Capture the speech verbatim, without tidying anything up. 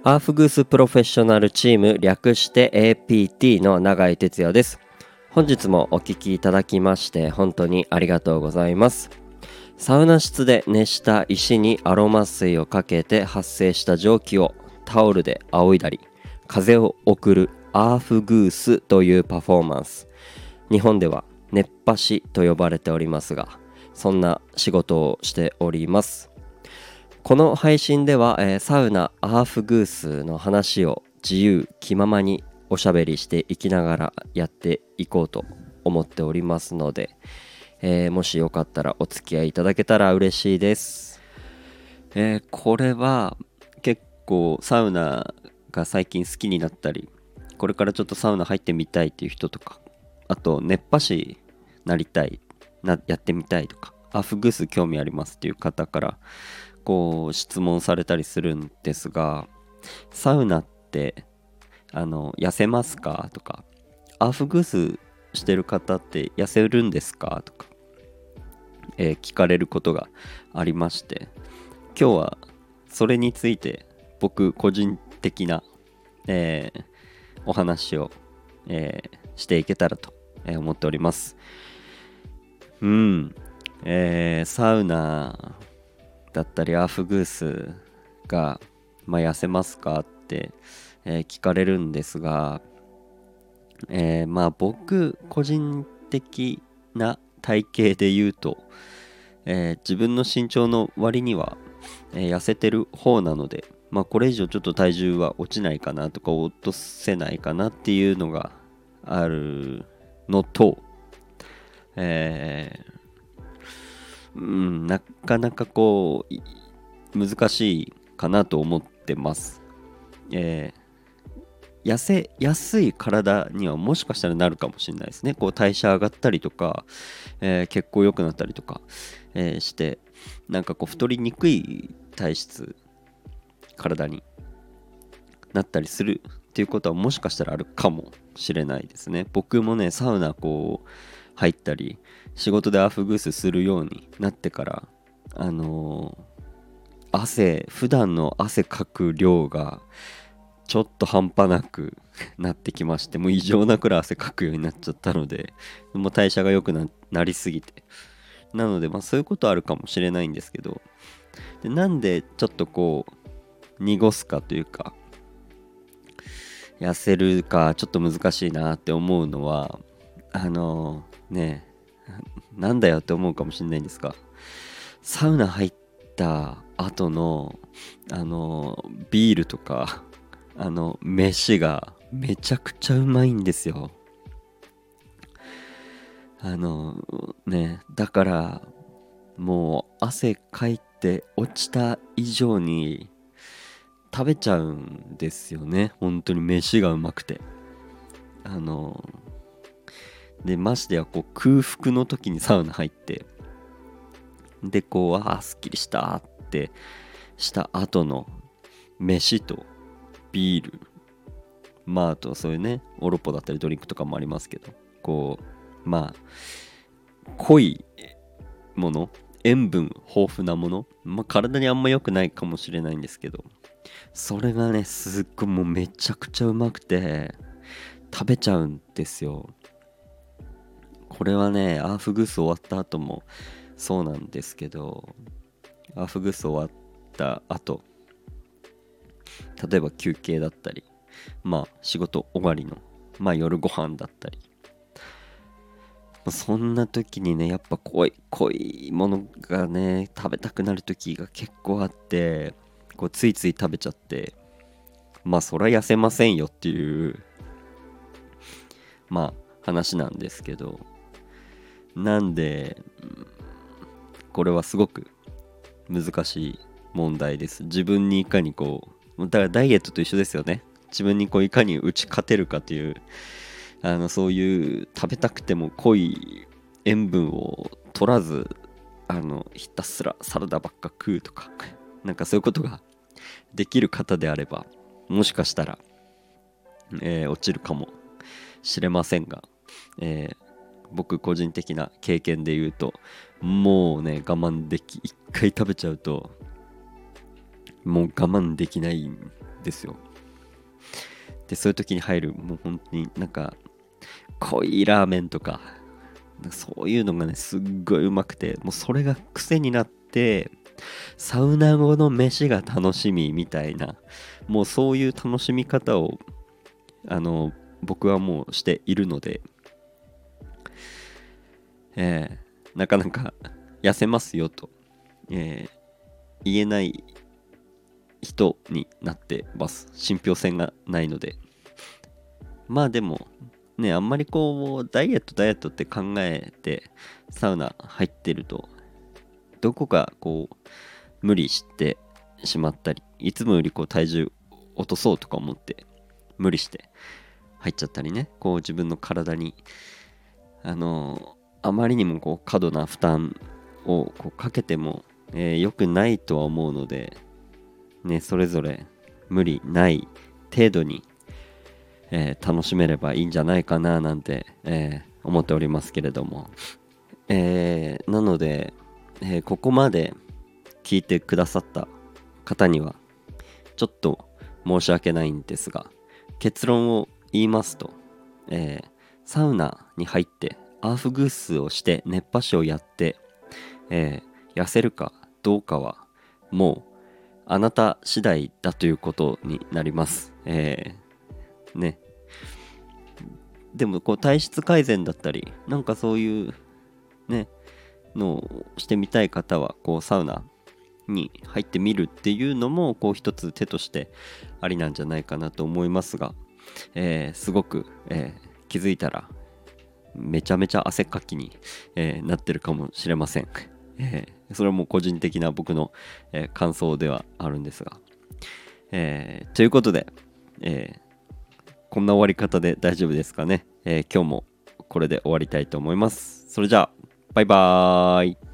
アーフグースプロフェッショナルチーム略して エーピーティー の永井哲也です。本日もお聞きいただきまして本当にありがとうございます。サウナ室で熱した石にアロマ水をかけて発生した蒸気をタオルで仰いだり風を送るアーフグースというパフォーマンス、日本では熱波師と呼ばれておりますが、そんな仕事をしております。この配信では、えー、サウナアーフグースの話を自由気ままにおしゃべりしていきながらやっていこうと思っておりますので、えー、もしよかったらお付き合いいただけたら嬉しいです。えー、これは結構サウナが最近好きになったり、これからちょっとサウナ入ってみたいっていう人とか、あと熱波師なりたいな、やってみたいとか、アーフグース興味ありますっていう方からこう質問されたりするんですが、サウナってあの痩せますかとか、アーフグースしてる方って痩せるんですかとか、えー聞かれることがありまして、今日はそれについて僕個人的な、えーお話を、えーしていけたらと思っております。うん、えーサウナだったりアーフグースが、まあ、痩せますかって、えー聞かれるんですが、えーまあ僕個人的な体型で言うと、えー自分の身長の割には、えー痩せてる方なので、まあこれ以上ちょっと体重は落ちないかなとか落とせないかなっていうのがあるのと、えーうん、なかなかこう難しいかなと思ってます。えー痩せやすい体にはもしかしたらなるかもしれないですね。こう代謝上がったりとか、えー血行良くなったりとか、えーしてなんかこう太りにくい体質体になったりするっていうことはもしかしたらあるかもしれないですね。僕もねサウナこう入ったり仕事でアーフグースするようになってから、あのー汗普段の汗かく量がちょっと半端なくなってきまして、もう異常なくらい汗かくようになっちゃったので、もう代謝が良く な, なりすぎて、なのでまあそういうことあるかもしれないんですけど、でなんでちょっとこう濁すかというか痩せるかちょっと難しいなって思うのは、あのーねなんだよって思うかもしれないんですが、サウナ入った後のあのービールとかあの飯がめちゃくちゃうまいんですよ。あのねだからもう汗かいて落ちた以上に食べちゃうんですよね。本当に飯がうまくて、あのでましてやこう空腹の時にサウナ入って、でこうあーすっきりしたってした後の飯とビール、まああとそういうねオロポだったりドリンクとかもありますけど、こうまあ濃いもの、塩分豊富なもの、まあ体にあんま良くないかもしれないんですけど、それがねすっごいもうめちゃくちゃうまくて食べちゃうんですよ。これはねアーフグース終わった後もそうなんですけど、アーフグース終わった後、例えば休憩だったり、まあ仕事終わりのまあ夜ご飯だったり、そんな時にねやっぱ濃い濃いものがね食べたくなる時が結構あって、こうついつい食べちゃって、まあそりゃ痩せませんよっていうまあ話なんですけど、なんでこれはすごく難しい問題です。自分にいかにこう、だからダイエットと一緒ですよね。自分にこういかに打ち勝てるかという、あのそういう食べたくても濃い塩分を取らず、あのひたすらサラダばっか食うとかなんかそういうことができる方であれば、もしかしたら、えー落ちるかもしれませんが、えー僕個人的な経験で言うと、もうね我慢でき一回食べちゃうともう我慢できないんですよ。でそういう時に入るもう本当になんか濃いラーメンとかそういうのがねすっごいうまくて、もうそれが癖になってサウナ後の飯が楽しみみたいな、もうそういう楽しみ方をあの僕はもうしているので、えー、なかなか痩せますよと、えー、言えない人になってます。信憑性がないので。まあでもね、あんまりこうダイエットダイエットって考えてサウナ入ってるとどこかこう無理してしまったり、いつもよりこう体重落とそうとか思って無理して入っちゃったりね、こう自分の体にあのあまりにもこう過度な負担をこうかけても、えー、良くないとは思うのでね、それぞれ無理ない程度に、えー、楽しめればいいんじゃないかななんて、えー、思っておりますけれども、えー、なので、えー、ここまで聞いてくださった方にはちょっと申し訳ないんですが、結論を言いますと、えー、サウナに入ってアーフグースをして熱波師をやって、えー、痩せるかどうかはもうあなた次第だということになります。えー、ね。でもこう体質改善だったりなんかそういうねのをしてみたい方はこうサウナに入ってみるっていうのもこう一つ手としてありなんじゃないかなと思いますが、えー、すごく、えー、気づいたらめちゃめちゃ汗っかきに、えー、なってるかもしれません。えー、それはもう個人的な僕の、えー、感想ではあるんですが、えー、ということで、えー、こんな終わり方で大丈夫ですかね。えー、今日もこれで終わりたいと思います。それじゃあバイバーイ。